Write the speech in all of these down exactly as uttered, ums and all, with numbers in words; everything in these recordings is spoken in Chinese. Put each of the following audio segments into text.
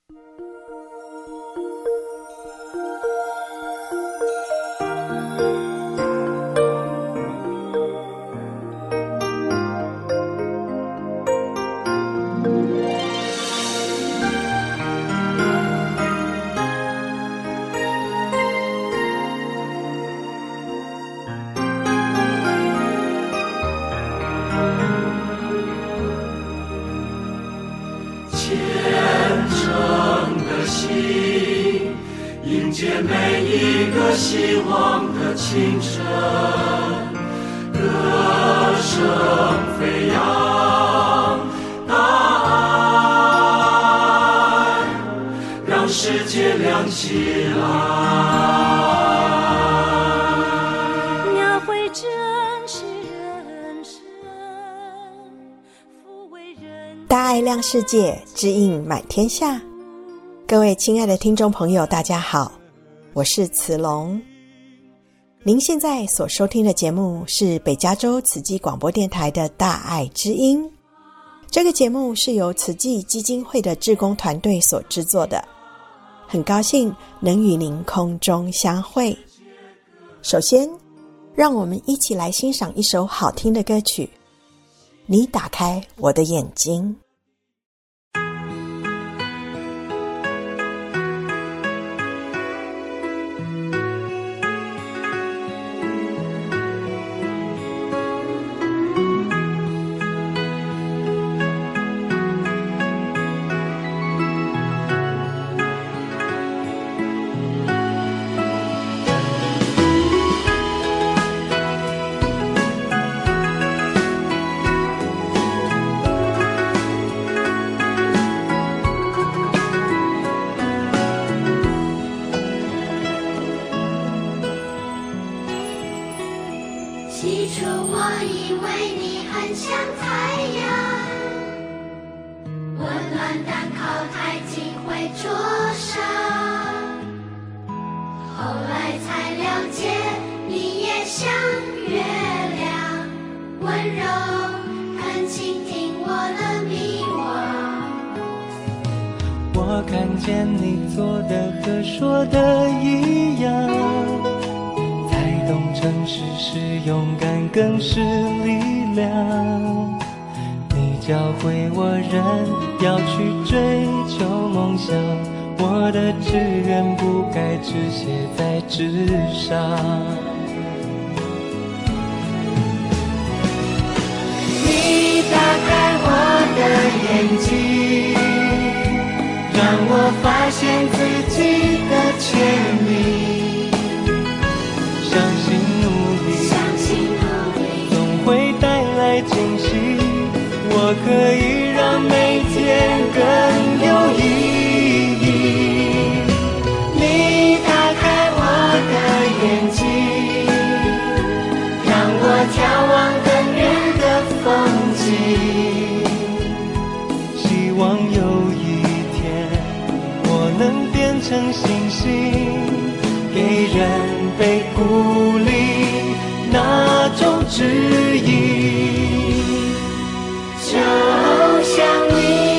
迎接每一个希望的清晨，歌声飞扬，大爱让世界亮起来。 描绘真实人生，抚慰人大爱亮世界，知映满天下。各位亲爱的听众朋友，大家好，我是慈龙。您现在所收听的节目是北加州慈济广播电台的大爱之音。这个节目是由慈济基金会的志工团队所制作的，很高兴能与您空中相会。首先，让我们一起来欣赏一首好听的歌曲，你打开我的眼睛。 起初我以为你很像太阳，温暖但靠太近会灼伤，后来才了解你也像月亮，温柔很倾听我的迷惘。 我看见你做的和说的一样，懂诚实是勇敢更是力量，你教会我人要去追求梦想，我的志愿不该只写在纸上。你打开我的眼睛，让我发现自己的潜力，相信努力， 相信努力总会带来惊喜，我可以让每天更有意义。你打开我的眼睛，让我眺望更远的风景，希望有一天我能变成星星，给人被鼓励那种指引，就像你。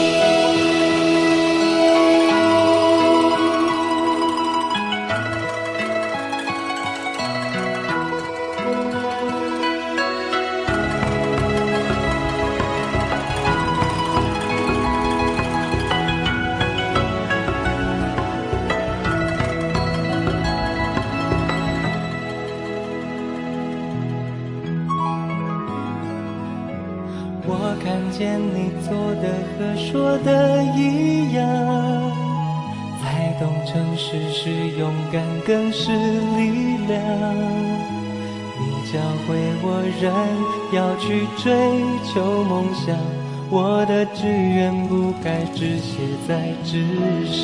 我看见你做的和说的一样，才懂诚实是勇敢更是力量，你教会我人要去追求梦想，我的志愿不该只写在纸上。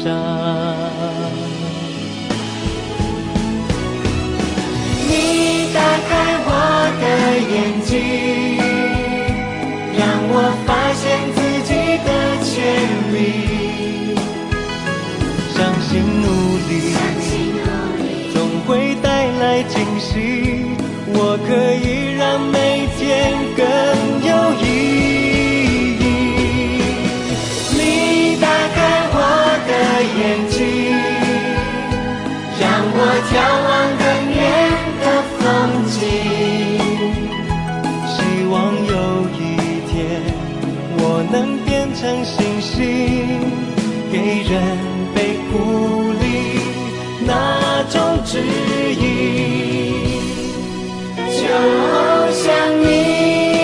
你打开我的眼睛，让我发现自己的潜力，相信努力， 相信努力总会带来惊喜，我可以让每天更有意义。你打开我的能变成星星，给人被鼓励那种指引，就像你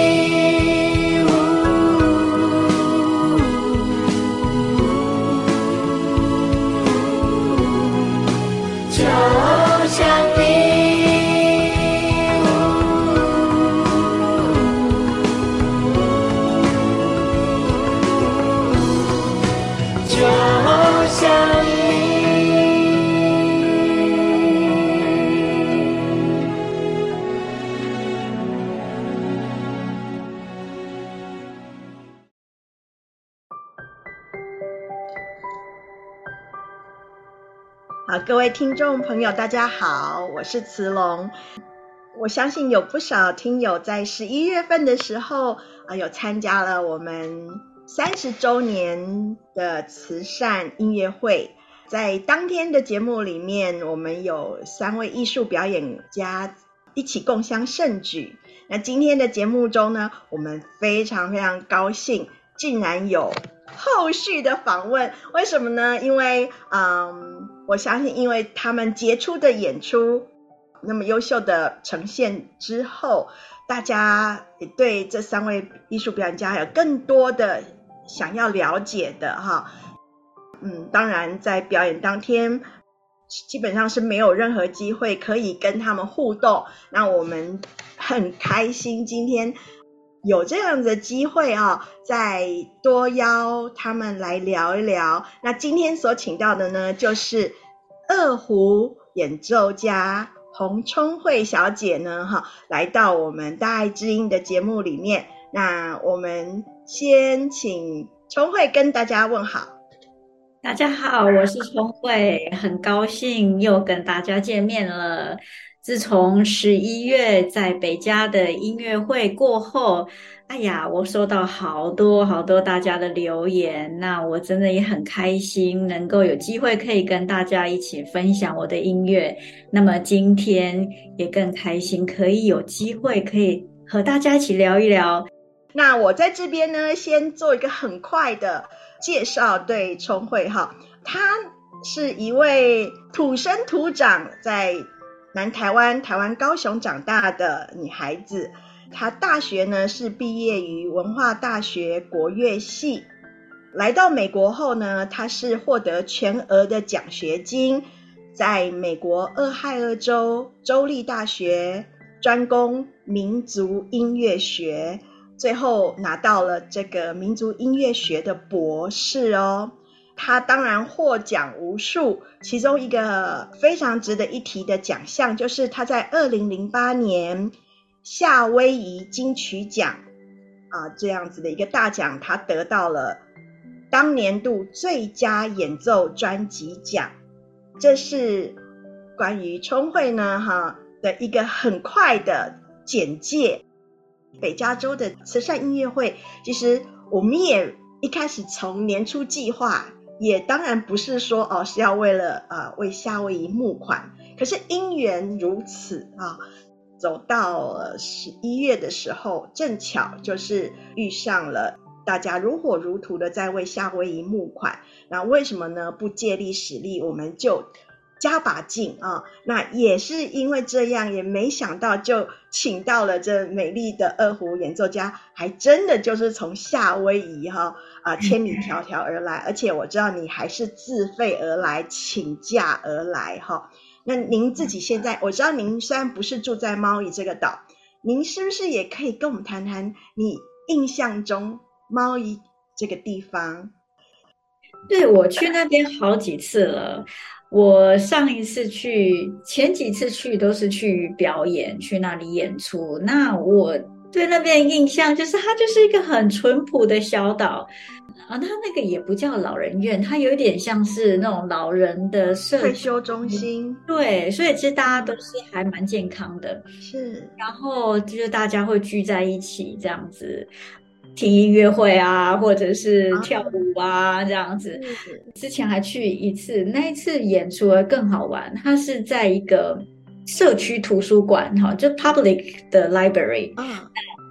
好，各位听众朋友大家好，我是慈龙。我相信有不少听友在十一月份的时候啊，有参加了我们三十周年的慈善音乐会。在当天的节目里面，我们有三位艺术表演家一起共襄盛举。那今天的节目中呢，我们非常非常高兴，竟然有后续的访问。为什么呢？因为嗯，我相信因为他们杰出的演出，那么优秀的呈现之后，大家也对这三位艺术表演家有更多的想要了解的哈。嗯，当然在表演当天基本上是没有任何机会可以跟他们互动，那我们很开心今天有这样的机会啊，再多邀他们来聊一聊。那今天所请到的呢，就是二胡演奏家洪聪慧小姐呢，哈，来到我们大爱之音的节目里面。那我们先请聪慧跟大家问好。 大家好，我是聪慧，很高兴又跟大家见面了。自从十一月在北加的音乐会过后，哎呀，我收到好多好多大家的留言，那我真的也很开心能够有机会可以跟大家一起分享我的音乐。那么今天也更开心可以有机会可以和大家一起聊一聊。 那我在这边呢，先做一个很快的介绍，对聪慧哈，她是一位土生土长在南台湾台湾高雄长大的女孩子。她大学呢是毕业于文化大学国乐系，来到美国后呢，她是获得全额的奖学金，在美国俄亥俄州州立大学专攻民族音乐学，最后拿到了这个民族音乐学的博士哦。他当然获奖无数，其中一个非常值得一提的奖项，就是他在二零零八年夏威夷金曲奖啊、呃、这样子的一个大奖，他得到了当年度最佳演奏专辑奖。这是关于聪慧呢哈的一个很快的简介。北加州的慈善音乐会，其实我们也一开始从年初计划，也当然不是说哦是要为了呃为夏威夷募款，可是因缘如此啊，走到了十一月的时候，正巧就是遇上了大家如火如荼的在为夏威夷募款。那为什么呢？不借力使力，我们就加把劲啊！那也是因为这样，也没想到就请到了这美丽的二胡演奏家，还真的就是从夏威夷哈啊千里迢迢而来，而且我知道你还是自费而来，请假而来哈。那您自己现在，我知道您虽然不是住在猫屿这个岛，您是不是也可以跟我们谈谈你印象中猫屿这个地方？ 对，我去那边好几次了。我上一次去，前几次去都是去表演，去那里演出。那我对那边印象就是它就是一个很淳朴的小岛啊，它那个也不叫老人院，它有点像是那种老人的社退休中心。 对，所以其实大家都是还蛮健康的。 是， 然后就是大家会聚在一起这样子。听音乐会啊，或者是跳舞啊、哦、这样子。之前还去一次，那一次演出更好玩，它是在一个社区图书馆，就 public 的 library、哦、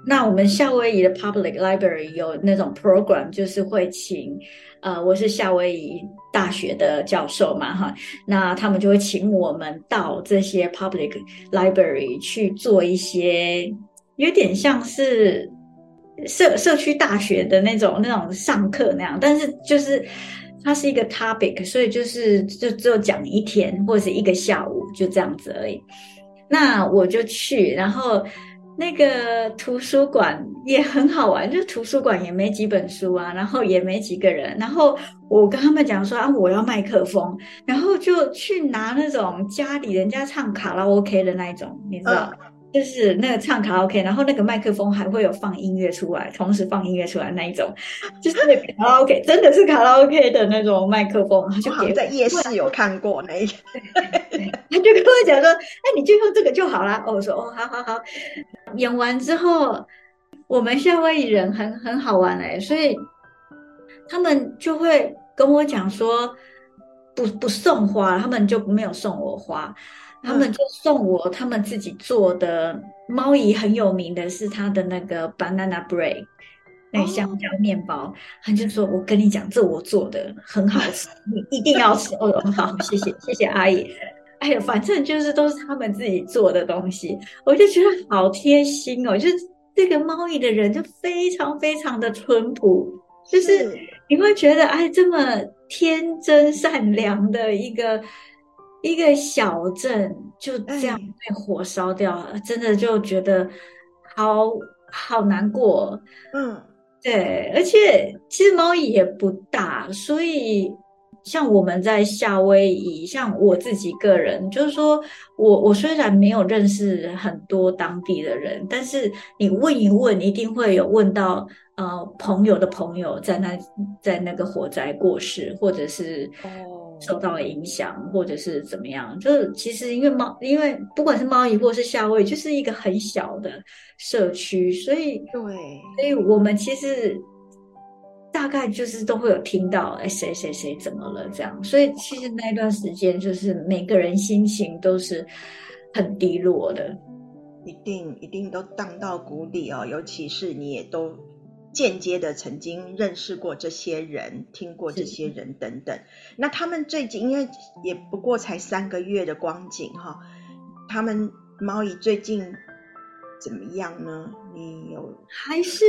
那我们夏威夷的 Public Library 有那种 program，就是会请，呃，我是夏威夷大学的教授嘛，哈，那他们就会请我们到这些 Public Library 去做一些，有点像是社社区大学的那种那种上课那样，但是就是它是一个 topic， 所以就是就只有讲一天或者是一个下午，就这样子而已。那我就去，然后那个图书馆也很好玩，就是图书馆也没几本书啊，然后也没几个人，然后我跟他们讲说啊，我要麦克风，然后就去拿那种家里人家唱卡拉 OK 的那一种，你知道。嗯，就是那个唱卡拉 OK， 然后那个麦克风还会有放音乐出来，同时放音乐出来那一种，就是卡拉 OK， 真的是卡拉 OK 的那种麦克风。他就给我， 我好像在夜市有看过那一个， 他就跟我讲说：“哎，你就用这个就好啦。”哦，我说：“哦，好好好。”演完之后，我们夏威夷人很很好玩哎，所以他们就会跟我讲说，不不送花，他们就没有送我花。他们就送我他们自己做的，猫姨很有名的是他的那个 banana bread， 那个香蕉面包，哦，他就说我跟你讲，这我做的很好吃，你一定要吃。哦，好，谢谢谢谢阿姨。哎呀，反正就是都是他们自己做的东西，我就觉得好贴心哦。就是这个猫姨的人就非常非常的淳朴，就是你会觉得哎，这么天真善良的一个。一个小镇就这样被火烧掉了，真的就觉得好好难过。 嗯， 对，而且其实猫也不大，所以像我们在夏威夷，像我自己个人，就是说我我虽然没有认识很多当地的人，但是你问一问，一定会有问到呃朋友的朋友在那在那个火灾过世，或者是受到了影响，或者是怎么样。就是其实因为猫，因为不管是猫姨或是夏威夷，就是一个很小的社区，所以对， 所以我们其实大概就是都会有听到，哎，谁谁谁怎么了这样。所以其实那段时间，就是每个人心情都是很低落的， 一定一定都荡到谷底哦。尤其是你也都间接的曾经认识过这些人，听过这些人等等。那他们最近因为也不过才三个月的光景哈，他们猫姨最近怎么样呢？你有还是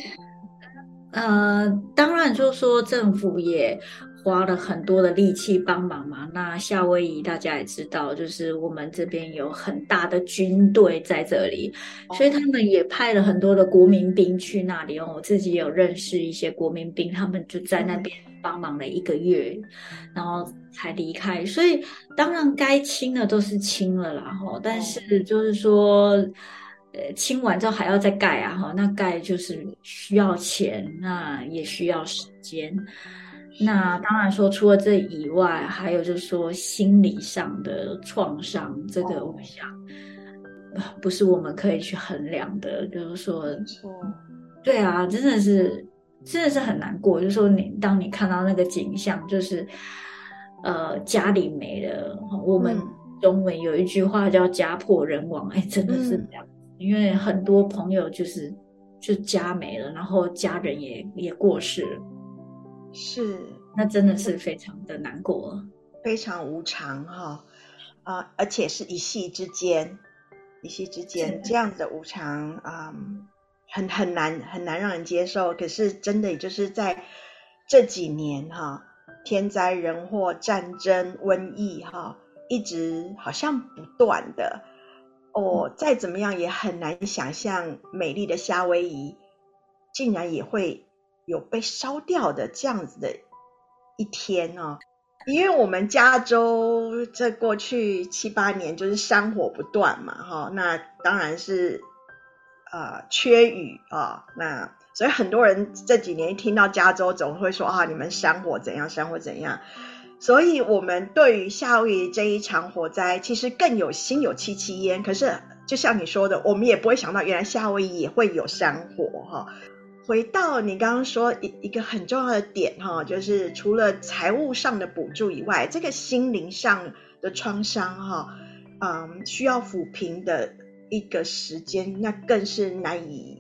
呃，当然就是说政府也花了很多的力气帮忙嘛。那夏威夷大家也知道，就是我们这边有很大的军队在这里，所以他们也派了很多的国民兵去那里哦。我自己有认识一些国民兵，他们就在那边帮忙了一个月，然后才离开。所以当然该清的都是清了啦，吼，但是就是说。呃，清完之后还要再盖啊，哈，那盖就是需要钱，那也需要时间。那当然说，除了这以外，还有就是说心理上的创伤，这个我想不是我们可以去衡量的。就是说，对啊，真的是真的是很难过。就是说你，当你看到那个景象，就是呃家里没了，我们中文有一句话叫家破人亡，哎，真的是这样。嗯，因为很多朋友就是就家没了，然后家人也也过世了， 是， 那真的是非常的难过， 非常无常哈，啊、呃，而且是一夕之间，一夕之间这样的无常啊、嗯，很很难很难让人接受。可是真的也就是在这几年哈，天灾人祸、战争、瘟疫哈，一直好像不断的。哦，再怎么样也很难想象美丽的夏威夷竟然也会有被烧掉的这样子的一天哦。因为我们加州这过去七八年就是山火不断嘛，哈，那当然是呃缺雨啊，那所以很多人这几年一听到加州总会说啊，你们山火怎样，山火怎样。所以我们对于夏威夷这一场火灾其实更有心有戚戚焉，可是就像你说的，我们也不会想到原来夏威夷也会有山火哈。回到你刚刚说一一个很重要的点哈，就是除了财务上的补助以外，这个心灵上的创伤哈，嗯，需要抚平的一个时间，那更是难以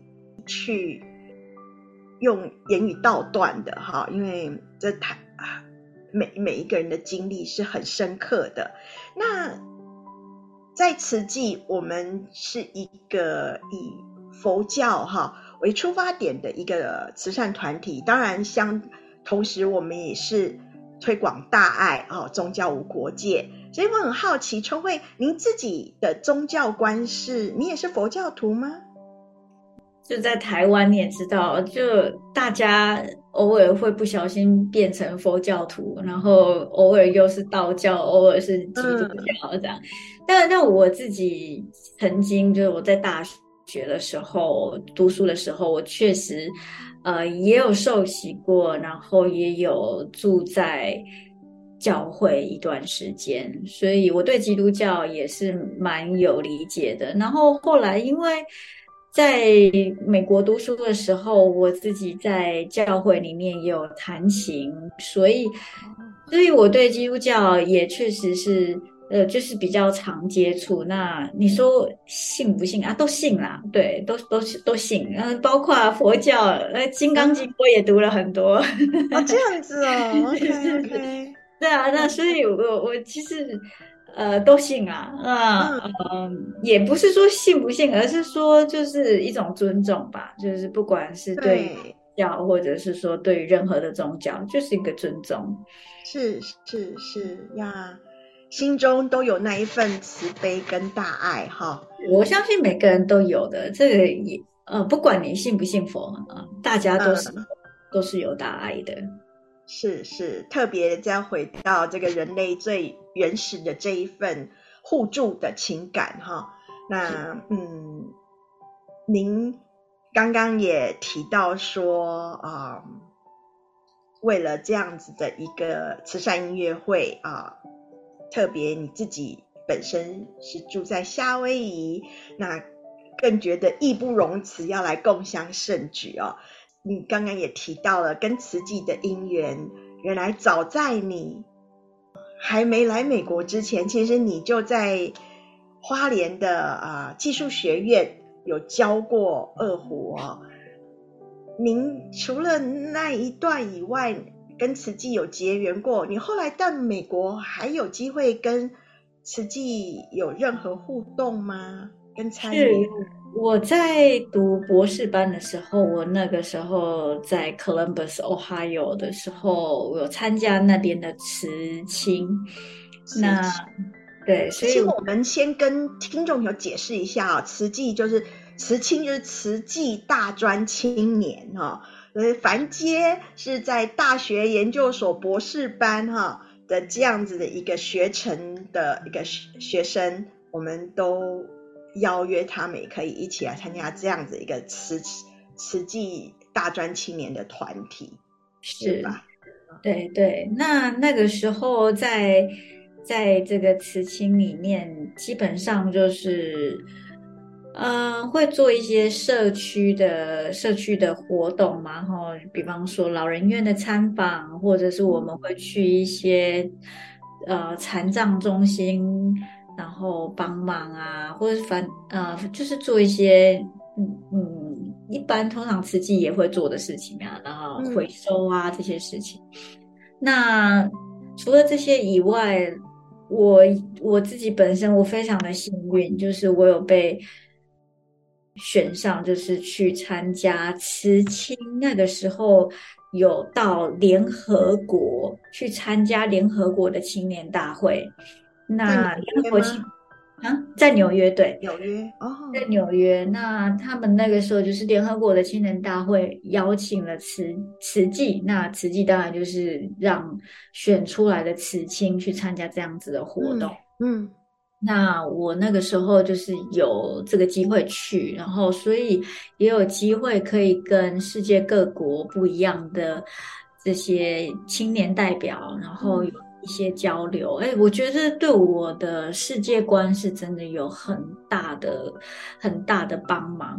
去用言语道断的哈，因为这台啊每每一个人的经历是很深刻的。那在慈济，我们是一个以佛教哈为出发点的一个慈善团体，当然相同时我们也是推广大爱哦，宗教无国界。所以我很好奇，春慧，您自己的宗教观是，你也是佛教徒吗？ 就在台湾，你也知道，就大家偶尔会不小心变成佛教徒，然后偶尔又是道教，偶尔是基督教这样。但但我自己曾经就是我在大学的时候读书的时候，我确实呃也有受洗过，然后也有住在教会一段时间，所以我对基督教也是蛮有理解的。然后后来因为在美国读书的时候，我自己在教会里面也有弹琴，所以所以我对基督教也确实是呃就是比较常接触。那你说信不信啊？都信啦，对，都都都信。嗯、呃，包括佛教，呃，《金刚经》我也读了很多。 哦，这样子哦，OK OK。 对啊，那所以我我其实呃都信啊，那嗯、呃、也不是说信不信，而是说就是一种尊重吧，就是不管是对教或者是说对于任何的宗教，就是一个尊重。 是是是呀，心中都有那一份慈悲跟大爱哈。 我相信每个人都有的，这个也呃不管你信不信佛啊、呃，大家都是、嗯、都是有大爱的。 是是，特别再回到这个人类最原始的这一份互助的情感哈。那嗯，您刚刚也提到说啊、嗯，为了这样子的一个慈善音乐会啊，特别你自己本身是住在夏威夷，那更觉得义不容辞要来共襄盛举哦。你刚刚也提到了跟慈济的因缘，原来早在你还没来美国之前，其实你就在花莲的啊、呃、技术学院有教过二胡哦。您除了那一段以外，跟慈济有结缘过，你后来到美国还有机会跟慈济有任何互动吗？跟参与？ 我在读博士班的时候，我那个时候在 Columbus、Ohio 的时候，我有参加那边的慈青。那对，所以我们先跟听众朋友解释一下啊、哦，慈济就是慈青，就是慈济大专青年哈、哦，呃，凡接是在大学、研究所、博士班哈、哦、的这样子的一个学程的一个学生，我们都邀约他们也可以一起来参加这样子一个慈慈济大专青年的团体，是吧？ 对对，那那个时候在在这个慈青里面，基本上就是呃会做一些社区的社区的活动嘛，然后比方说老人院的参访，或者是我们会去一些呃残障中心。然后帮忙啊，或者反呃，就是做一些嗯嗯，一般通常慈济也会做的事情啊，然后回收啊、嗯、这些事情。那除了这些以外，我我自己本身我非常的幸运，就是我有被选上，就是去参加慈青，那个时候有到联合国去参加联合国的青年大会。那联合国青啊，在纽约，对， 纽约哦， 在纽约。那他们那个时候就是联合国的青年大会邀请了慈慈济，那慈济当然就是让选出来的慈青去参加这样子的活动。 嗯，嗯那我那个时候就是有这个机会去，然后所以也有机会可以跟世界各国不一样的这些青年代表，然后有一些交流，哎，我觉得对我的世界观是真的有很大的很大的帮忙。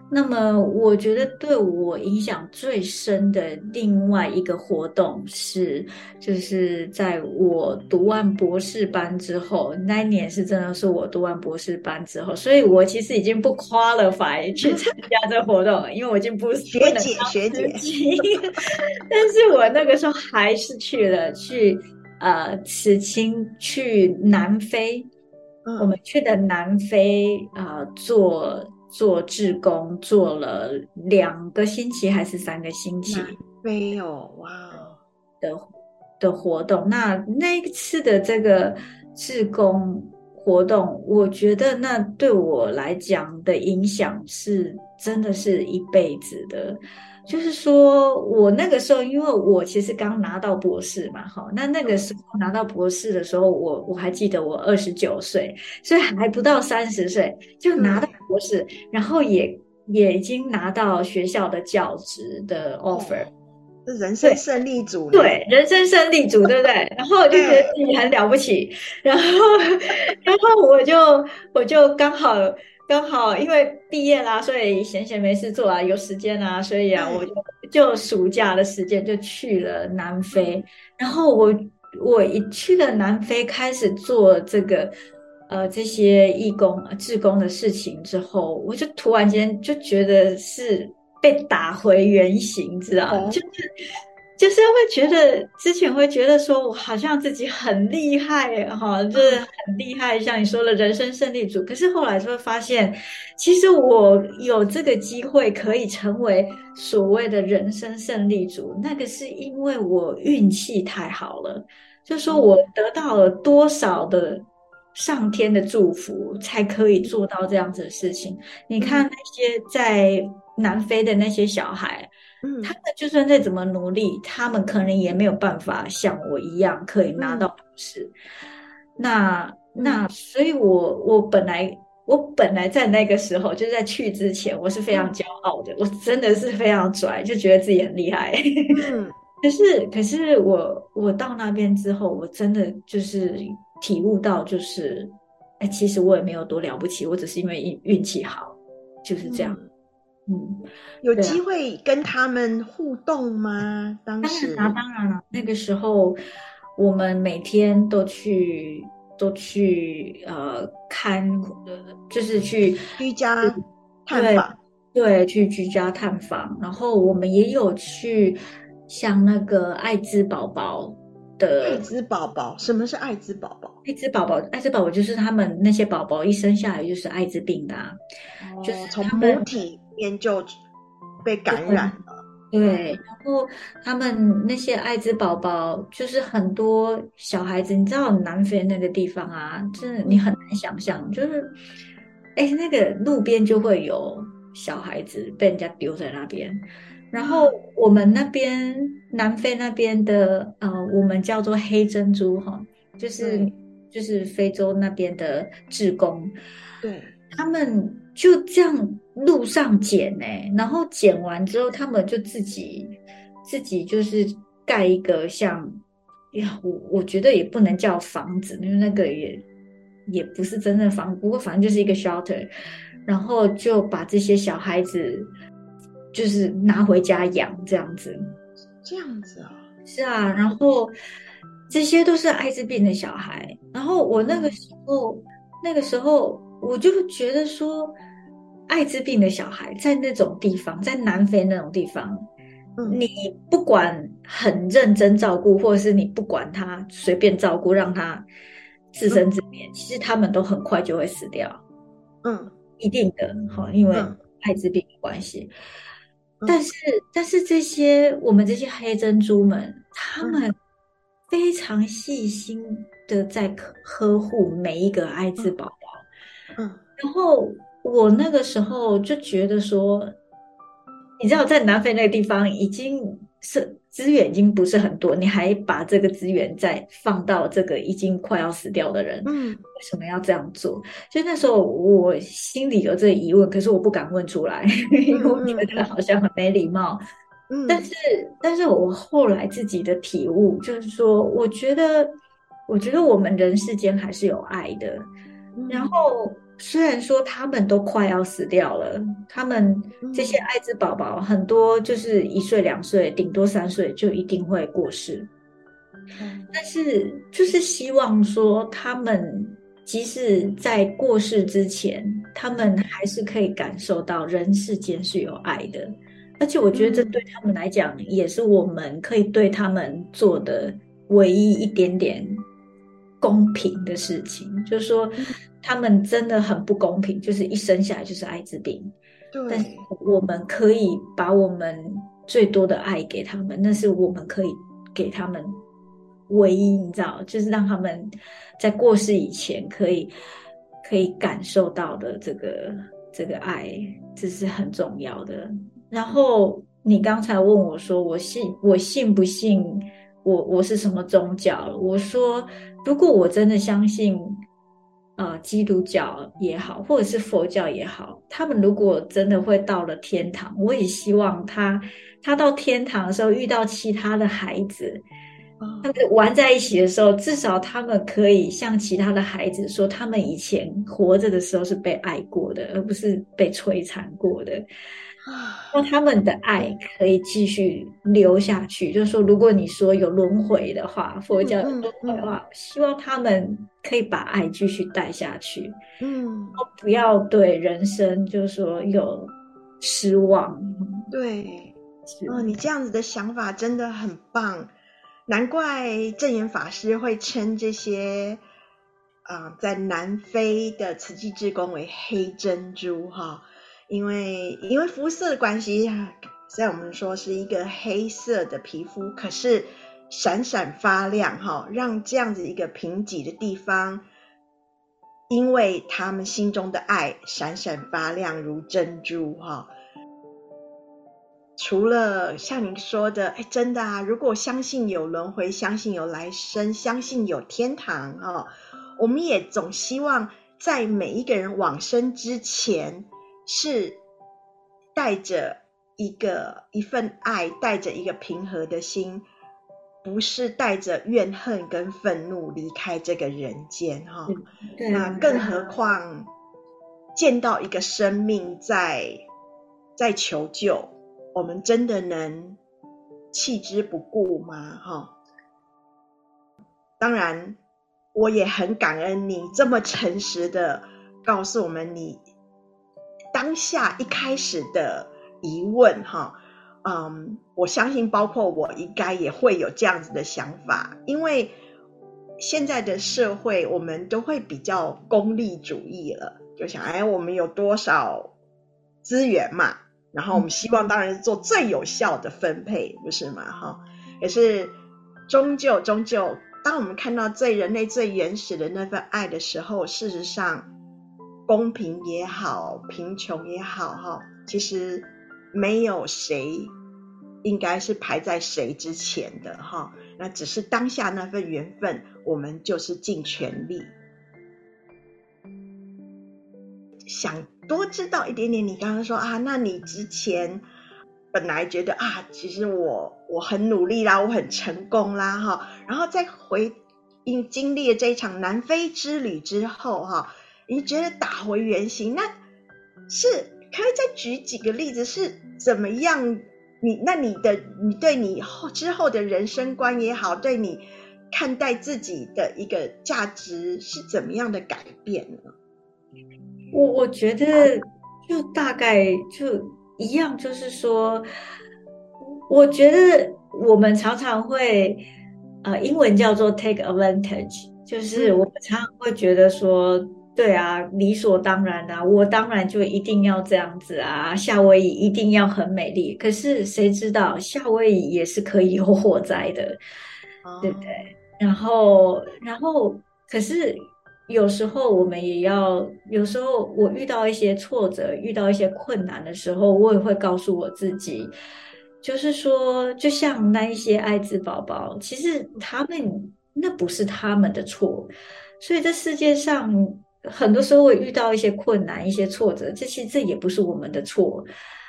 那么我觉得对我影响最深的另外一个活动是，就是在我读完博士班之后，那一年是真的是我读完博士班之后，所以我其实已经不 qualify 去参加这活动了，因为我已经不学不能姐当学姐司机但是我那个时候还是去了，去呃此青去南非， 嗯我们去的南非啊、呃做。做志工做了两个星期还是三个星期南非哦，哇哦， 的的活动。那那一次的这个志工活动，我觉得那对我来讲的影响是真的是一辈子的。就是说我那个时候，因为我其实刚拿到博士嘛，哈，那那个时候拿到博士的时候，我我还记得我二十九岁，所以还不到三十岁就拿到博士，然后也也已经拿到学校的教职的 offer， 这人生胜利组呢， 对，人生胜利组，对不对？然后我就觉得自己很了不起，然后然后我就我就刚好。刚好因为毕业啦，所以闲闲没事做啊，有时间啊，所以啊，我就就暑假的时间就去了南非。然后我我一去了南非，开始做这个呃这些义工、志工的事情之后，我就突然间就觉得是被打回原形，知道吗？ 哦就是就是会觉得之前会觉得说我好像自己很厉害哈，就是很厉害，像你说的人生胜利组。可是后来就会发现，其实我有这个机会可以成为所谓的人生胜利组，那个是因为我运气太好了，就说我得到了多少的上天的祝福，才可以做到这样子的事情。你看那些在南非的那些小孩。 嗯， 他们就算再怎么努力，他们可能也没有办法像我一样可以拿到博士。嗯、那那，所以我我本来我本来在那个时候，就是在去之前，我是非常骄傲的，我真的是非常拽，就觉得自己很厉害。 嗯， 可是可是我我到那边之后，我真的就是体悟到，就是哎，其实我也没有多了不起，我只是因为运运气好，就是这样。嗯嗯，有机会跟他们互动吗？当时当然啦，当然了，那个时候我们每天都去都去呃看，就是去居家探访， 对，对，去居家探访，然后我们也有去像那个艾滋宝宝的艾滋宝宝，什么是艾滋宝宝？ 艾滋宝宝，艾滋宝宝就是他们那些宝宝一生下来就是艾滋病的、啊， 哦、 就是从母体面就被感染了。 对，然后他们那些艾滋宝宝，就是很多小孩子，你知道南非那个地方啊，真的你很难想象，就是，哎，那个路边就会有小孩子被人家丢在那边，然后我们那边南非那边的，呃，我们叫做黑珍珠哈，就是就是非洲那边的志工， 对， 他们就这样路上捡欸，然后捡完之后，他们就自己自己就是盖一个像，呀，我我觉得也不能叫房子，因为那个也也不是真正房，不过反正就是一个 shelter， 然后就把这些小孩子就是拿回家养这样子。 这样子啊？ 是啊，然后这些都是艾滋病的小孩，然后我那个时候那个时候我就觉得说，艾滋病的小孩在那种地方，在南非那种地方，嗯、你不管很认真照顾，或者是你不管他随便照顾，让他自生自灭，嗯、其实他们都很快就会死掉。嗯，一定的哈，因为艾滋病的关系。嗯、但是，但是这些我们这些黑珍珠们，他们非常细心的在呵护每一个艾滋宝宝。嗯，然后我那个时候就觉得说，你知道，在南非那个地方已经是资源已经不是很多，你还把这个资源再放到这个已经快要死掉的人，嗯，为什么要这样做？就那时候我心里有这个疑问，可是我不敢问出来，因为我觉得好像很没礼貌。嗯，但是，但是我后来自己的体悟就是说，我觉得，我觉得我们人世间还是有爱的。然后虽然说他们都快要死掉了，他们这些艾滋宝宝很多就是一岁两岁，顶多三岁就一定会过世。但是就是希望说他们即使在过世之前，他们还是可以感受到人世间是有爱的。而且我觉得这对他们来讲也是我们可以对他们做的唯一一点点公平的事情，就是说他们真的很不公平，就是一生下来就是艾滋病，但是我们可以把我们最多的爱给他们，那是我们可以给他们唯一，你知道，就是让他们在过世以前可以可以感受到的这个这个爱，这是很重要的。然后你刚才问我说我信我信不信我我是什么宗教，我说如果我真的相信呃基督教也好或者是佛教也好，他们如果真的会到了天堂，我也希望他他到天堂的时候遇到其他的孩子，他们玩在一起的时候，至少他们可以向其他的孩子说他们以前活着的时候是被爱过的，而不是被摧残过的，让他们的爱可以继续流下去。就是说如果你说有轮回的话，佛教有轮回的话，希望他们可以把爱继续带下去，嗯，不要对人生就是说有失望。 对，哦，你这样子的想法真的很棒，难怪证严法师会称这些呃、在南非的慈济志工为黑珍珠哈，因为因为肤色的关系，虽然我们说是一个黑色的皮肤，可是闪闪发亮哈，让这样子一个贫瘠的地方，因为他们心中的爱闪闪发亮如珍珠哈。除了像您说的，哎，真的啊，如果相信有轮回，相信有来生，相信有天堂哦，我们也总希望在每一个人往生之前，是带着一个一份爱，带着一个平和的心，不是带着怨恨跟愤怒离开这个人间哈、哦。那更何况见到一个生命在在求救，我们真的能弃之不顾吗？哈，当然，我也很感恩你这么诚实的告诉我们你当下一开始的疑问哈。嗯，我相信包括我应该也会有这样子的想法，因为现在的社会我们都会比较功利主义了，就想哎，我们有多少资源嘛，然后我们希望当然是做最有效的分配，不是吗？哈，可是终究终究，当我们看到最人类最原始的那份爱的时候，事实上公平也好，贫穷也好，哈，其实没有谁应该是排在谁之前的哈。那只是当下那份缘分，我们就是尽全力。想多知道一点点，你刚刚说啊，那你之前本来觉得啊，其实我我很努力啦，我很成功啦哈，然后再回因经历了这一场南非之旅之后哈，你觉得打回原形，那是可以再举几个例子，是怎么样？你那你的你对你后之后的人生观也好，对你看待自己的一个价值是怎么样的改变呢？ 我我觉得就大概就一样，就是说，我觉得我们常常会呃，英文叫做 take advantage， 就是我们常常会觉得说，对啊，理所当然啊，我当然就一定要这样子啊，夏威夷一定要很美丽。可是谁知道夏威夷也是可以有火灾的，哦、对不对？然后，然后，可是有时候我们也要，有时候我遇到一些挫折，遇到一些困难的时候，我也会告诉我自己，就是说，就像那一些艾滋宝宝，其实他们那不是他们的错，所以这世界上很多时候会遇到一些困难、一些挫折，这其实这也不是我们的错。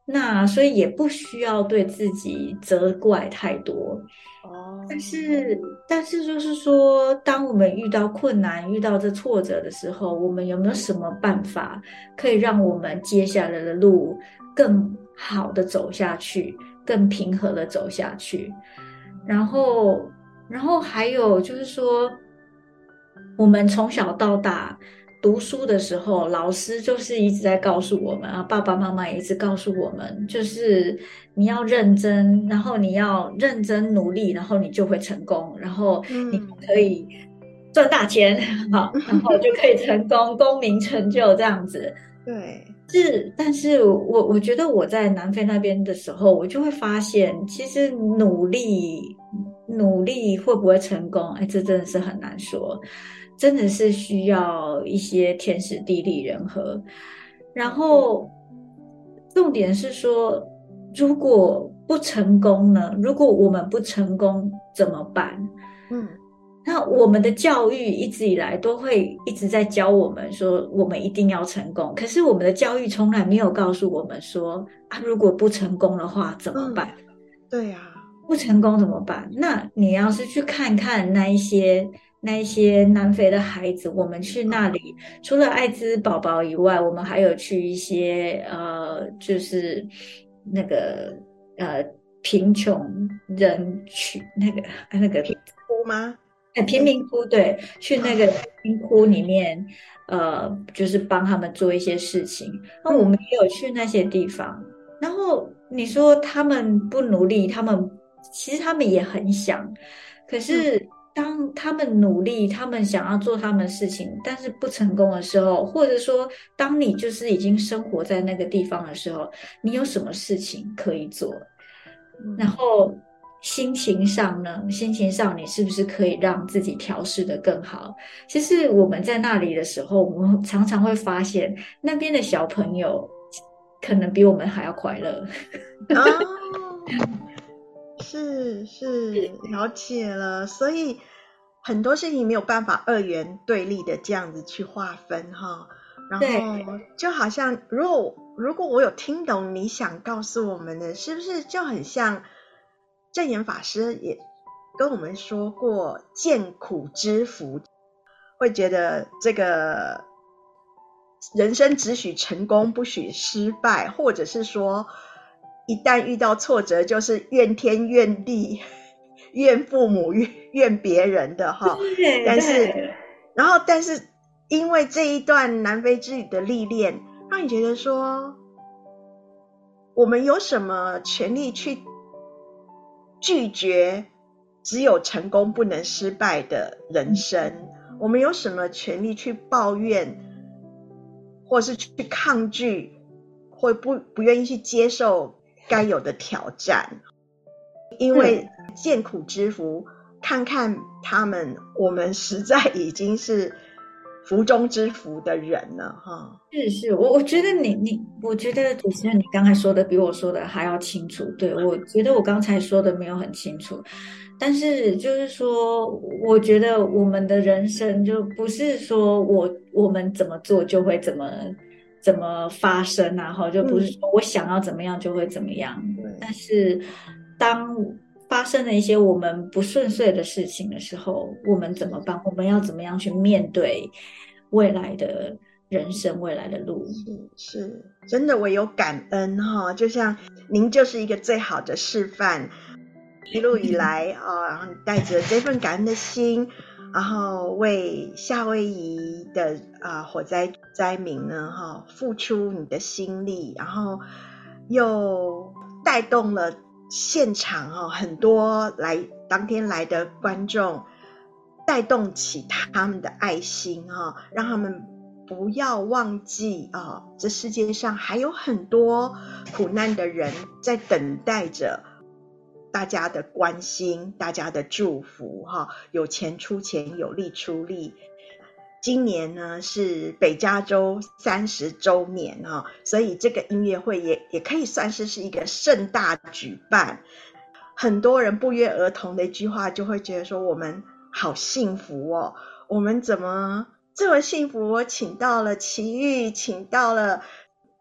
那所以也不需要对自己责怪太多。 哦， 但是，但是就是说，当我们遇到困难、遇到这挫折的时候，我们有没有什么办法可以让我们接下来的路更好的走下去，更平和的走下去？然后，然后还有就是说，我们从小到大读书的时候，老师就是一直在告诉我们啊，爸爸妈妈也一直告诉我们，就是你要认真，然后你要认真努力，然后你就会成功，然后你就嗯， 可以赚大钱，好，然后就可以成功，功名成就这样子。 对， 是，但是我我觉得我在南非那边的时候，我就会发现，其实努力努力会不会成功，哎，这真的是很难说，真的是需要一些天时地利人和。然后重点是说，如果不成功呢？如果我们不成功怎么办？ 嗯那我们的教育一直以来都会一直在教我们说，我们一定要成功。可是我们的教育从来没有告诉我们说，啊，如果不成功的话怎么办？ 嗯，对呀， 不成功怎么办？那你要是去看看那一些那一些南非的孩子，我们去那里，除了艾滋宝宝以外，我们还有去一些呃，就是那个呃贫穷人群那个那个哭吗？ 哎，贫民窟，对，去那个贫民窟里面，呃，就是帮他们做一些事情。那我们也有去那些地方。然后你说他们不努力，他们其实他们也很想，可是当他们努力，他们想要做他们的事情，但是不成功的时候，或者说当你就是已经生活在那个地方的时候，你有什么事情可以做？然后心情上呢？心情上你是不是可以让自己调试得更好？其实我们在那里的时候，我们常常会发现那边的小朋友可能比我们还要快乐。 哦，是是，了解了。所以很多事情没有办法二元对立的这样子去划分哈。然对， 后就好像，如果如果我有听懂你想告诉我们的，是不是就很像证严法师也跟我们说过，见苦知福，会觉得这个人生只许成功不许失败，或者是说一旦遇到挫折就是怨天怨地怨父母怨怨别人的哈。 对， 但是对， 然后但是因为这一段南非之旅的历练，让你觉得说，我们有什么权利去拒绝只有成功不能失败的人生？我们有什么权利去抱怨，或是去抗拒，或不不愿意去接受该有的挑战？因为见苦知福，看看他们，我们实在已经是福中之福的人了哈。 是是，我我觉得你你，我觉得主持人你刚才说的比我说的还要清楚。对，我觉得我刚才说的没有很清楚，但是就是说，我觉得我们的人生就不是说我我们怎么做就会怎么怎么发生啊，然后就不是说我想要怎么样就会怎么样。但是当发生了一些我们不顺遂的事情的时候，我们怎么办？我们要怎么样去面对未来的人生、未来的路？ 是是，真的唯有感恩哈，就像您就是一个最好的示范。一路以来啊，然后你带着这份感恩的心，然后为夏威夷的啊火灾灾民呢哈付出你的心力，然后又带动了现场哈很多来当天来的观众，带动起他们的爱心哈，让他们不要忘记啊，这世界上还有很多苦难的人在等待着大家的关心，大家的祝福哈，有钱出钱，有力出力。今年呢是北加州三十周年哈，所以这个音乐会也也可以算是是一个盛大举办。很多人不约而同的一句话就会觉得说，我们好幸福哦，我们怎么这么幸福？我请到了齐豫，请到了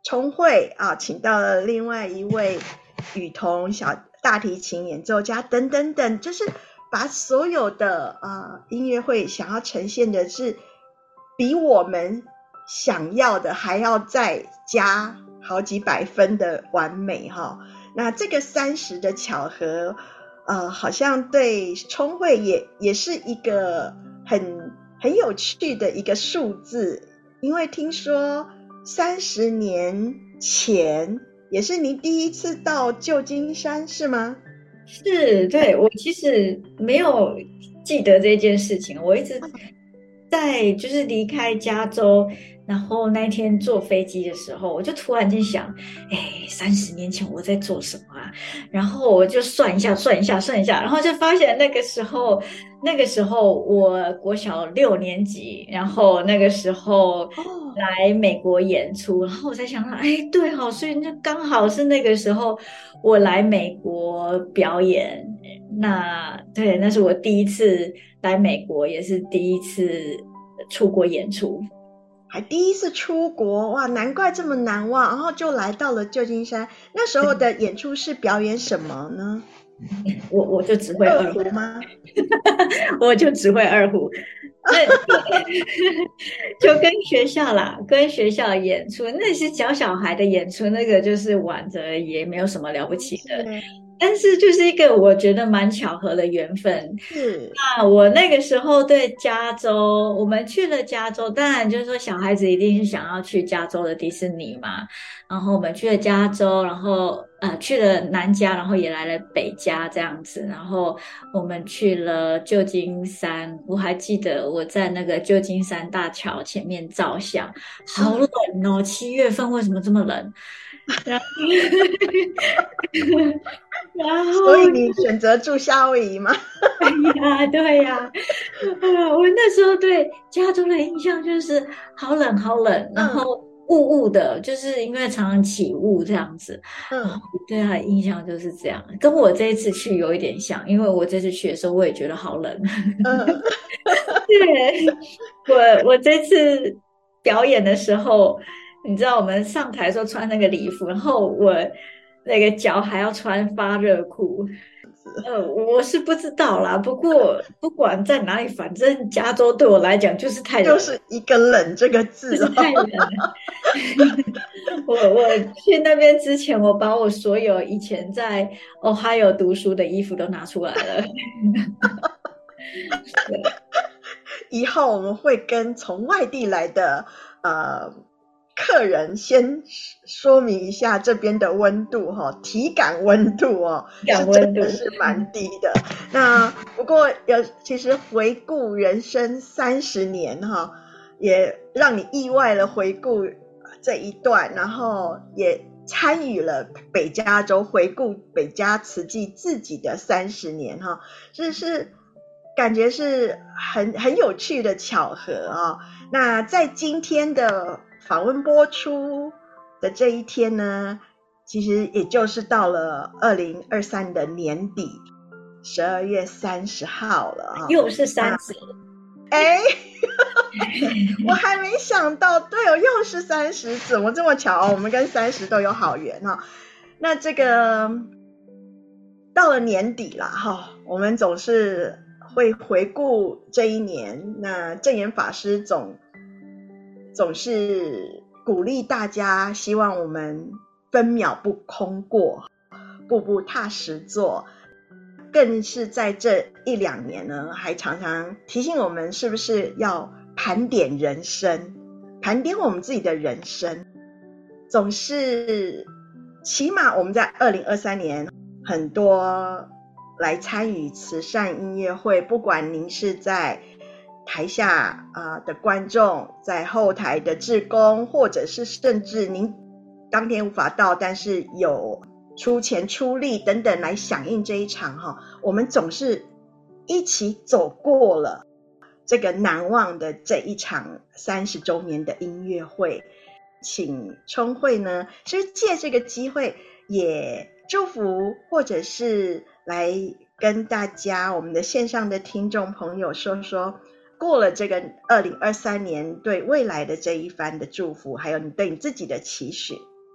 聪慧啊，请到了另外一位雨桐小大提琴演奏家等等等，就是把所有的呃音乐会想要呈现的是比我们想要的还要再加好几百分的完美哈。那这个三十的巧合，呃，好像对聪慧也也是一个很很有趣的一个数字，因为听说三十年前也是您第一次到旧金山是吗？ 是，对，我其实没有记得这件事情，我一直在就是离开加州，然后那天坐飞机的时候，我就突然间想，哎，三十年前我在做什么啊？然后我就算一下，算一下，算一下，然后就发现那个时候，那个时候我国小六年级，然后那个时候来美国演出，然后我才想到，哎，对哦，所以那刚好是那个时候我来美国表演，那对，那是我第一次来美国，也是第一次出国演出。 还第一次出国，哇，难怪这么难忘，然后就来到了旧金山。那时候的演出是表演什么呢？ 我我就只会二胡吗？ 我就只会二胡，就跟学校啦，跟学校演出，那是小小孩的演出，那个就是玩着也没有什么了不起的。但是就是一个我觉得蛮巧合的缘分。 是， 那我那个时候对加州，我们去了加州，当然就是说小孩子一定是想要去加州的迪士尼嘛。然后我们去了加州，然后呃去了南加，然后也来了北加这样子。然后我们去了旧金山，我还记得我在那个旧金山大桥前面照相，好冷哦，七月份为什么这么冷？然后然后所以你选择住夏威夷吗？ 对呀，对呀、啊，我那时候对加州的印象就是好冷好冷，然后雾雾的，就是因为常常起雾这样子。嗯，对他的印象就是这样，跟我这一次去有一点像，因为我这次去的时候我也觉得好冷。嗯，对，我我这次表演的时候。你知道我们上台的时候穿那个礼服，然后我那个脚还要穿发热裤，呃，我是不知道啦。不过不管在哪里，反正加州对我来讲就是太冷了， 就是一个冷这个字、哦， 就是太冷了。我我去那边之前，我把我所有以前在 Ohio 读书的衣服都拿出来了。 以后我们会跟从外地来的呃。客人先说明一下这边的温度哈，体感温度哦， 体感温度是蛮低的。那不过有其实回顾人生三十年哈，也让你意外的回顾这一段，然后也参与了北加州回顾北加慈济自己的三十年哈，这是感觉是很很有趣的巧合啊、哦。那在今天的访问播出的这一天呢，其实也就是到了二零二三的年底，十二月三十号了啊， 又是三十， 哎，我还没想到，对哦，又是三十，怎么这么巧？我们跟三十都有好缘啊。那这个到了年底了哈，我们总是会回顾这一年，那证严法师总。总是鼓励大家，希望我们分秒不空过，步步踏实做。更是在这一两年呢，还常常提醒我们，是不是要盘点人生，盘点我们自己的人生。总是，起码我们在二零二三年，很多来参与慈善音乐会，不管您是在台下、呃、的观众，在后台的志工，或者是甚至您当天无法到，但是有出钱出力等等来响应这一场哈，我们总是一起走过了这个难忘的这一场三十周年的音乐会。请聪慧呢，是借这个机会也祝福，或者是来跟大家我们的线上的听众朋友说说。过了这个二零二三年对未来的这一番的祝福，还有你对你自己的期许。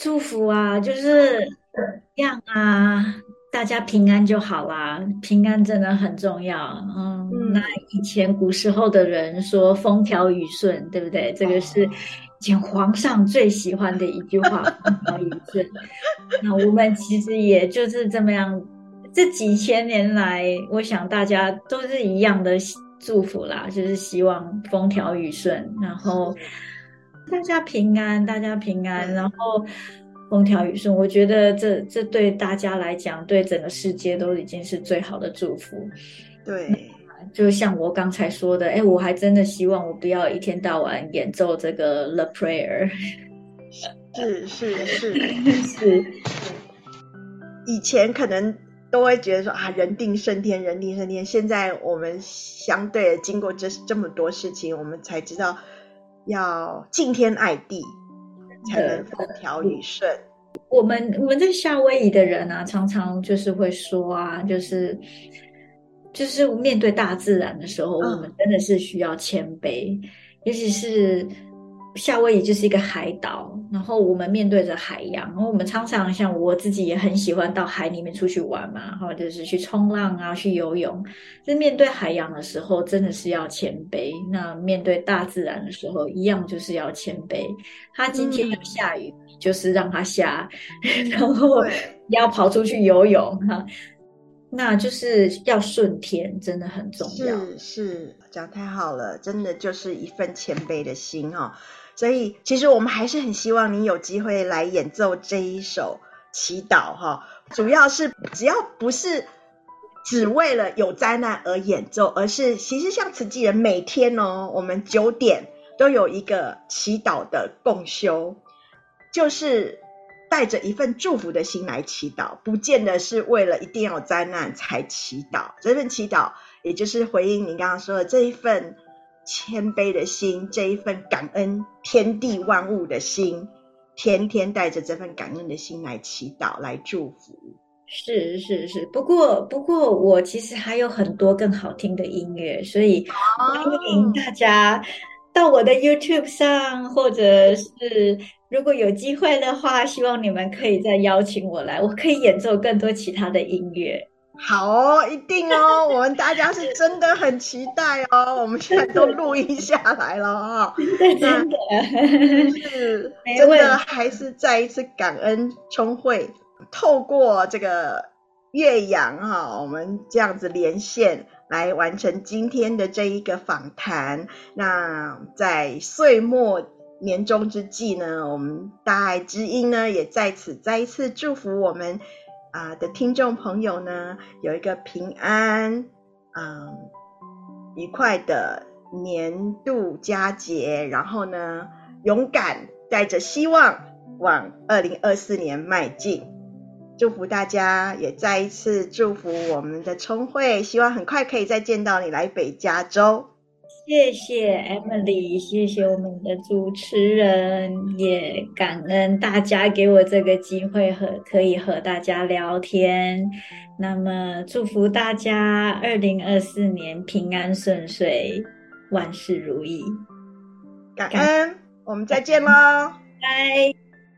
祝福啊，就是这样啊，大家平安就好啦，平安真的很重要。嗯，那嗯， 以前古时候的人说风调雨顺，对不对？这个是哦， 以前皇上最喜欢的一句话，风调雨顺。那我们其实也就是这么样，这几千年来，我想大家都是一样的祝福啦，就是希望风调雨顺，然后是， 大家平安，大家平安，然对后风调雨顺。我觉得这这对大家来讲，对整个世界都已经是最好的祝福。 对， 就像我刚才说的，哎，我还真的希望我不要一天到晚演奏这个《The Prayer》。 是是是， 是， 以前可能都会觉得说啊，人定胜天，人定胜天。现在我们相对的经过这这么多事情，我们才知道要敬天爱地，才能风调雨顺。 我们我们在夏威夷的人啊，常常就是会说啊，就是就是面对大自然的时候，我们嗯， 真的是需要谦卑，尤其是夏威夷就是一个海岛，然后我们面对着海洋，然后我们常常像我自己也很喜欢到海里面出去玩嘛，或者是去冲浪啊，去游泳。在面对海洋的时候，真的是要谦卑；那面对大自然的时候，一样就是要谦卑。它今天要嗯， 下雨，就是让它下，然后对， 要跑出去游泳哈，那就是要顺天，真的很重要。 是是，讲太好了，真的就是一份谦卑的心哦。所以其实我们还是很希望你有机会来演奏这一首祈祷哈、主要是只要不是只为了有灾难而演奏，而是其实像慈济人每天哦，我们九点都有一个祈祷的共修，就是带着一份祝福的心来祈祷，不见得是为了一定要有灾难才祈祷。这份祈祷也就是回应你刚刚说的这一份谦卑的心，这一份感恩天地万物的心，天天带着这份感恩的心来祈祷，来祝福。 是是是，不过不过我其实还有很多更好听的音乐，所以欢迎哦， 大家到我的 YouTube 上，或者是如果有机会的话，希望你们可以再邀请我来，我可以演奏更多其他的音乐。 好哦，一定哦，我们大家是真的很期待哦，我们现在都录音下来了哦。 真的那真的， 是真的， 没问题。 还是再一次感恩聪慧，透过这个岳阳哈、我们这样子连线来完成今天的这一个访谈。那在岁末年终之际呢，我们大爱之音呢也在此再一次祝福我们啊、的听众朋友呢有一个平安嗯愉快的年度佳节，然后呢勇敢带着希望往二零二四年迈进。祝福大家，也再一次祝福我们的聪慧，希望很快可以再见到你来北加州。 谢谢 Emily，谢谢我们的主持人，也感恩大家给我这个机会和可以和大家聊天。那么祝福大家二零二四年平安顺遂，万事如意。 感恩，我们再见咯。 拜。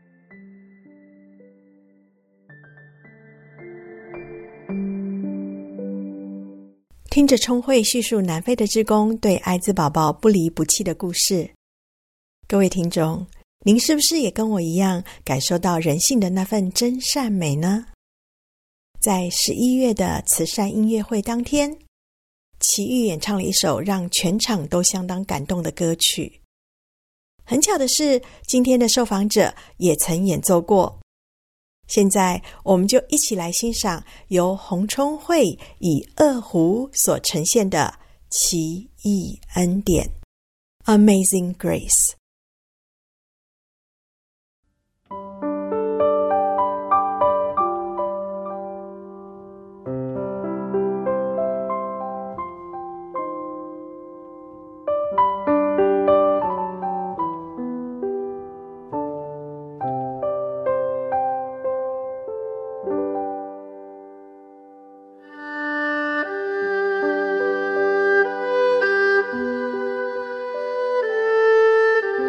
听着聪慧叙述南非的志工对艾滋宝宝不离不弃的故事，各位听众，您是不是也跟我一样感受到人性的那份真善美呢？在十一月的慈善音乐会当天，齐豫演唱了一首让全场都相当感动的歌曲。很巧的是，今天的受访者也曾演奏过。现在我们就一起来欣赏由洪聪慧以二胡所呈现的奇异恩典 Amazing Grace。 啊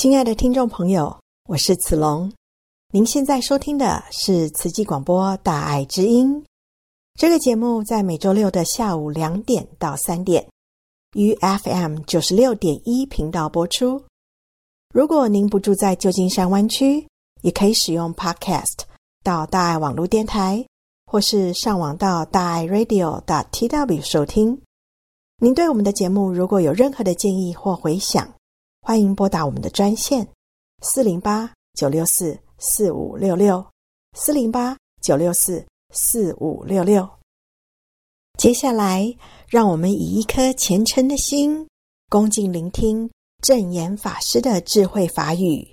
亲爱的听众朋友，我是子龙。您现在收听的是慈济广播大爱之音。这个节目在每周六的下午两点到三点，于 F M 九十六点一频道播出。如果您不住在旧金山湾区，也可以使用 Podcast 到大爱网络电台，或是上网到大爱 radio.tw 收听。您对我们的节目如果有任何的建议或回响，欢迎拨打我们的专线四零八九六四四五六六四零八九六四四五六六。接下来，让我们以一颗虔诚的心，恭敬聆听证严法师的智慧法语。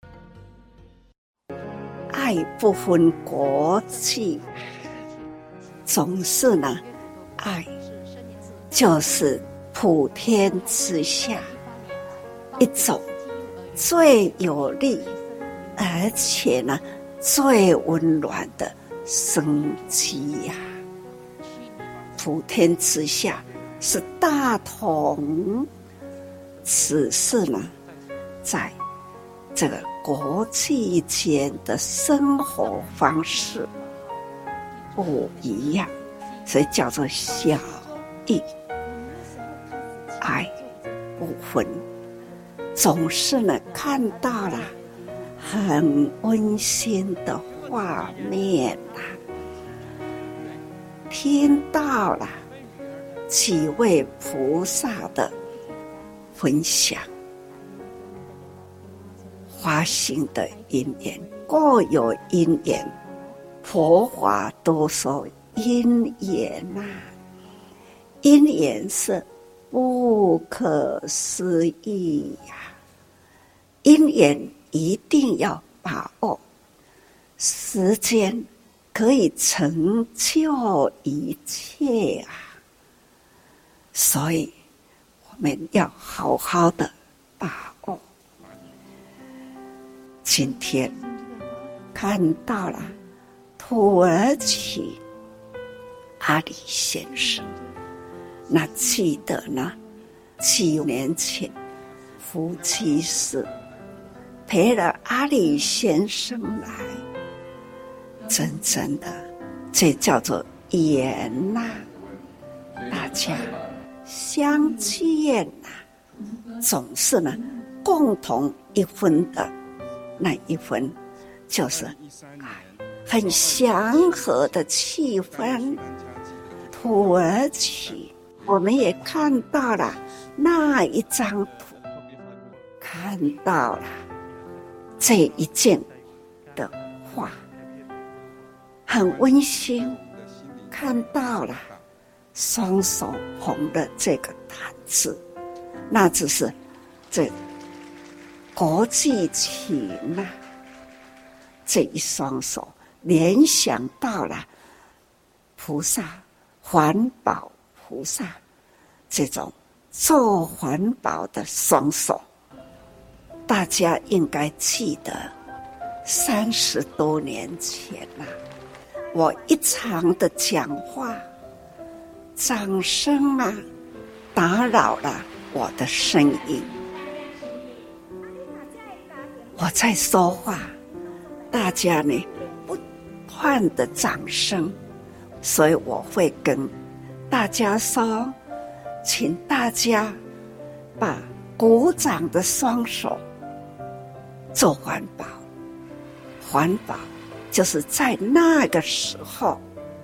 爱不分国际，总是呢，爱就是普天之下一种最有力，而且呢最温暖的生机呀、啊。普天之下是大同，只是呢，在这个国际间的生活方式不一样，所以叫做小异。爱不分，总是呢看到了很温馨的画面啊，听到了几位菩萨的分享，花心的因缘各有因缘，佛法都说因缘啊，因缘是不可思议呀、啊！因缘一定要把握，时间可以成就一切啊！所以我们要好好的把握。今天看到了土耳其阿里先生，那记得呢，几年前夫妻是陪了阿里先生来，真正的这叫做缘呐、啊，大家相见呐、啊，总是呢共同一分的那一分，就是很祥和的气氛。土耳其我们也看到了那一张图，看到了这一件的画，很温馨，看到了双手捧的这个毯子，那只是这国际情啊，这一双手联想到了菩萨环保菩萨这种做环保的双手。大家应该记得三十多年前啊，我一场的讲话，掌声啊打扰了我的声音。我在说话，大家呢不断的掌声，所以我会跟大家说，请大家把鼓掌的双手做环保。环保就是在那个时候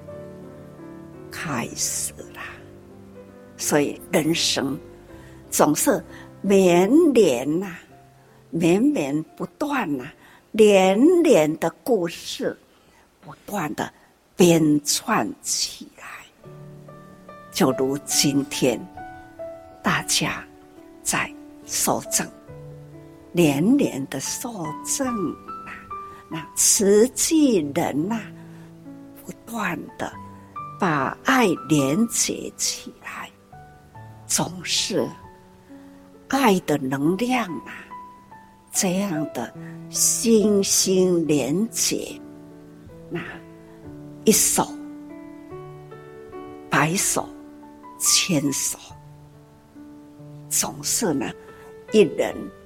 开始了，所以人生总是绵连呐、啊，绵绵不断呐、啊，连连的故事不断的编串起来，就如今天大家在受证，连连的受证啊，那慈济人呐、啊，不断的把爱连结起来，总是爱的能量啊，这样的心心连结，那一手白手牵手，总是呢一人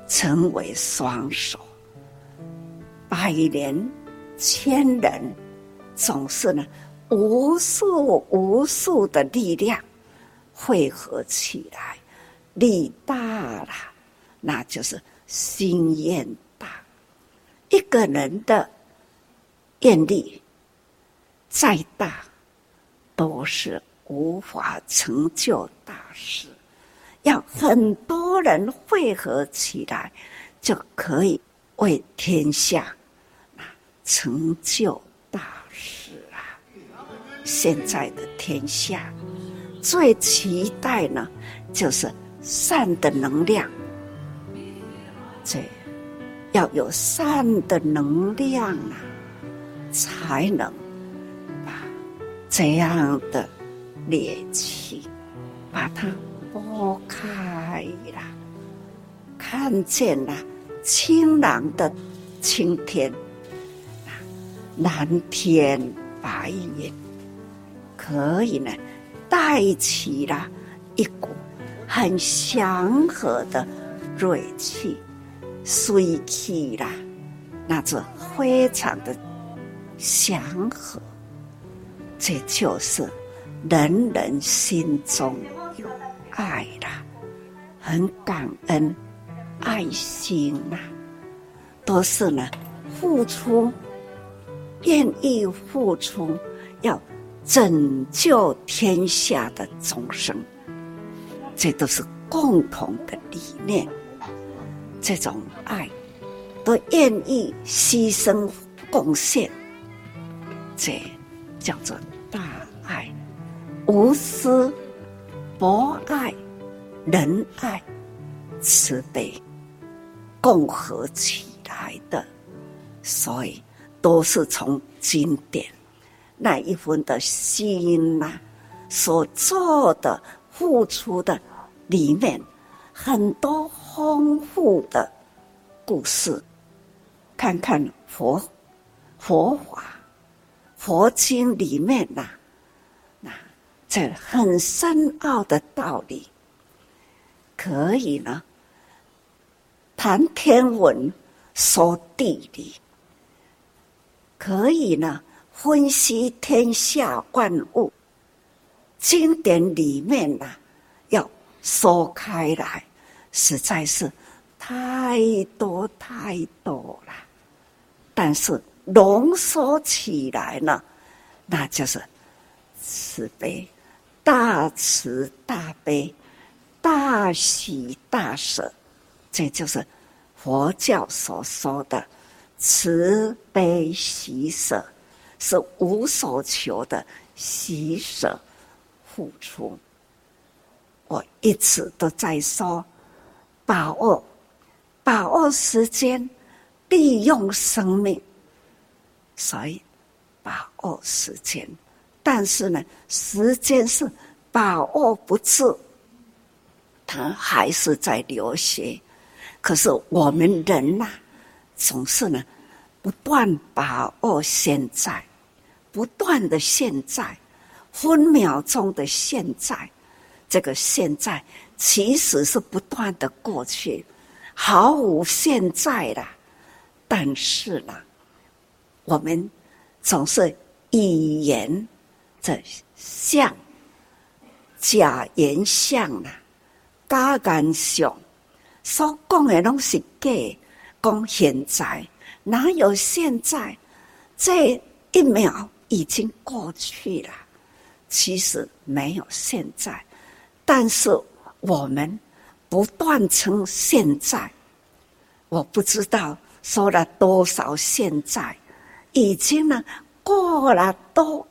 成为双手，百年、千人，总是呢无数无数的力量汇合起来，力大了，那就是心愿大。一个人的愿力再大，都是无法成就大事。要很多人汇合起来，就可以为天下成就大事啊！现在的天下最期待呢，就是善的能量。这要有善的能量啊，才能把这样的烈气把它拨开了，看见了清朗的青天，蓝天白云，可以呢带起了一股很祥和的锐气，水气啦，那就非常的祥和。这就是人人心中有爱啦，很感恩，爱心啦，都是呢付出，愿意付出，要拯救天下的众生，这都是共同的理念。这种爱都愿意牺牲贡献，这叫做大爱。无私、博爱、仁爱、慈悲共合起来的，所以都是从经典那一份的心啊所做的付出的里面，很多丰富的故事。看看佛佛法佛经里面呐、啊，那这很深奥的道理，可以呢谈天文说地理，可以呢分析天下万物。经典里面呐、啊，要说开来，实在是太多太多了。但是浓缩起来呢，那就是慈悲，大慈大悲，大喜大舍，这就是佛教所说的慈悲喜舍，是无所求的喜舍付出。我一直都在说，把握把握时间，利用生命，所以把握时间。但是呢，时间是把握不住，它还是在流血。可是我们人呐、啊，总是呢不断把握现在，不断的现在，分秒钟的现在。这个现在其实是不断的过去，毫无现在啦。但是呢，我们总是语言这像假言像啦，假言相所讲的拢是假，讲现在哪有现在？这一秒已经过去了，其实没有现在。但是我们不断称现在，我不知道说了多少现在，已经呢过了多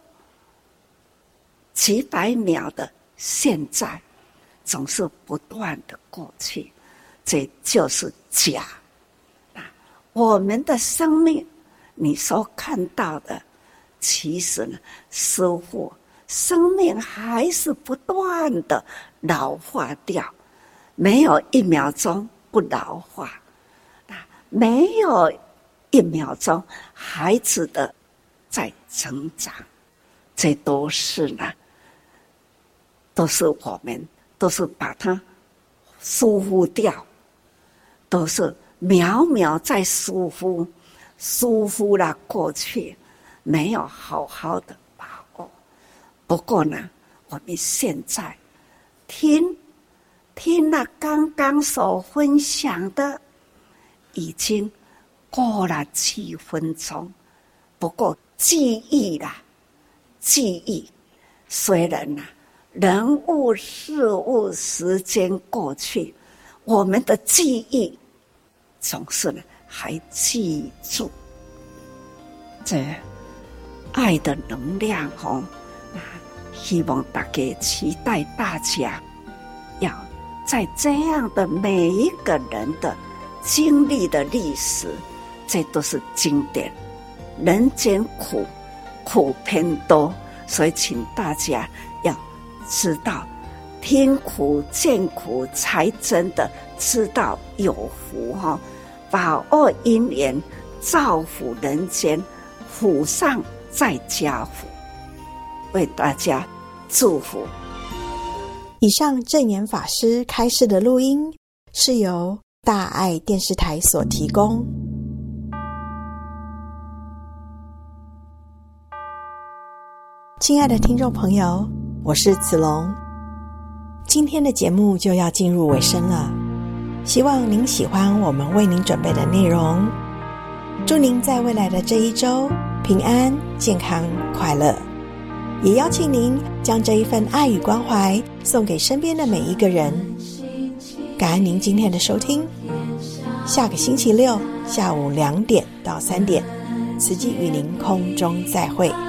几百秒的现在，总是不断的过去，这就是假。我们的生命，你所看到的，其实呢，师父生命还是不断的老化掉，没有一秒钟不老化，没有一秒钟孩子的在成长，这都是呢，都是我们都是把它疏忽掉， 都是渺渺在疏忽，疏忽了过去，没有好好的把握。不过呢，我们现在听听了刚刚所分享的，已经过了几分钟。不过记忆啦，记忆虽然啊，人物事物时间过去，我们的记忆总是呢还记住这爱的能量哦。希望大家期待大家要在这样的每一个人的经历的历史，这都是经典。人间苦，苦偏多，所以请大家要知道，听苦见苦，才真的知道有福哈、哦！把握因缘，造福人间，福上再加福，为大家祝福。 以上证严法师开示的录音是由大爱电视台所提供。亲爱的听众朋友，我是子龙，今天的节目就要进入尾声了，希望您喜欢我们为您准备的内容，祝您在未来的这一周平安、健康、快乐，也邀请您将这一份爱与关怀送给身边的每一个人。感恩您今天的收听，下个星期六下午两点到三点，慈济与您空中再会。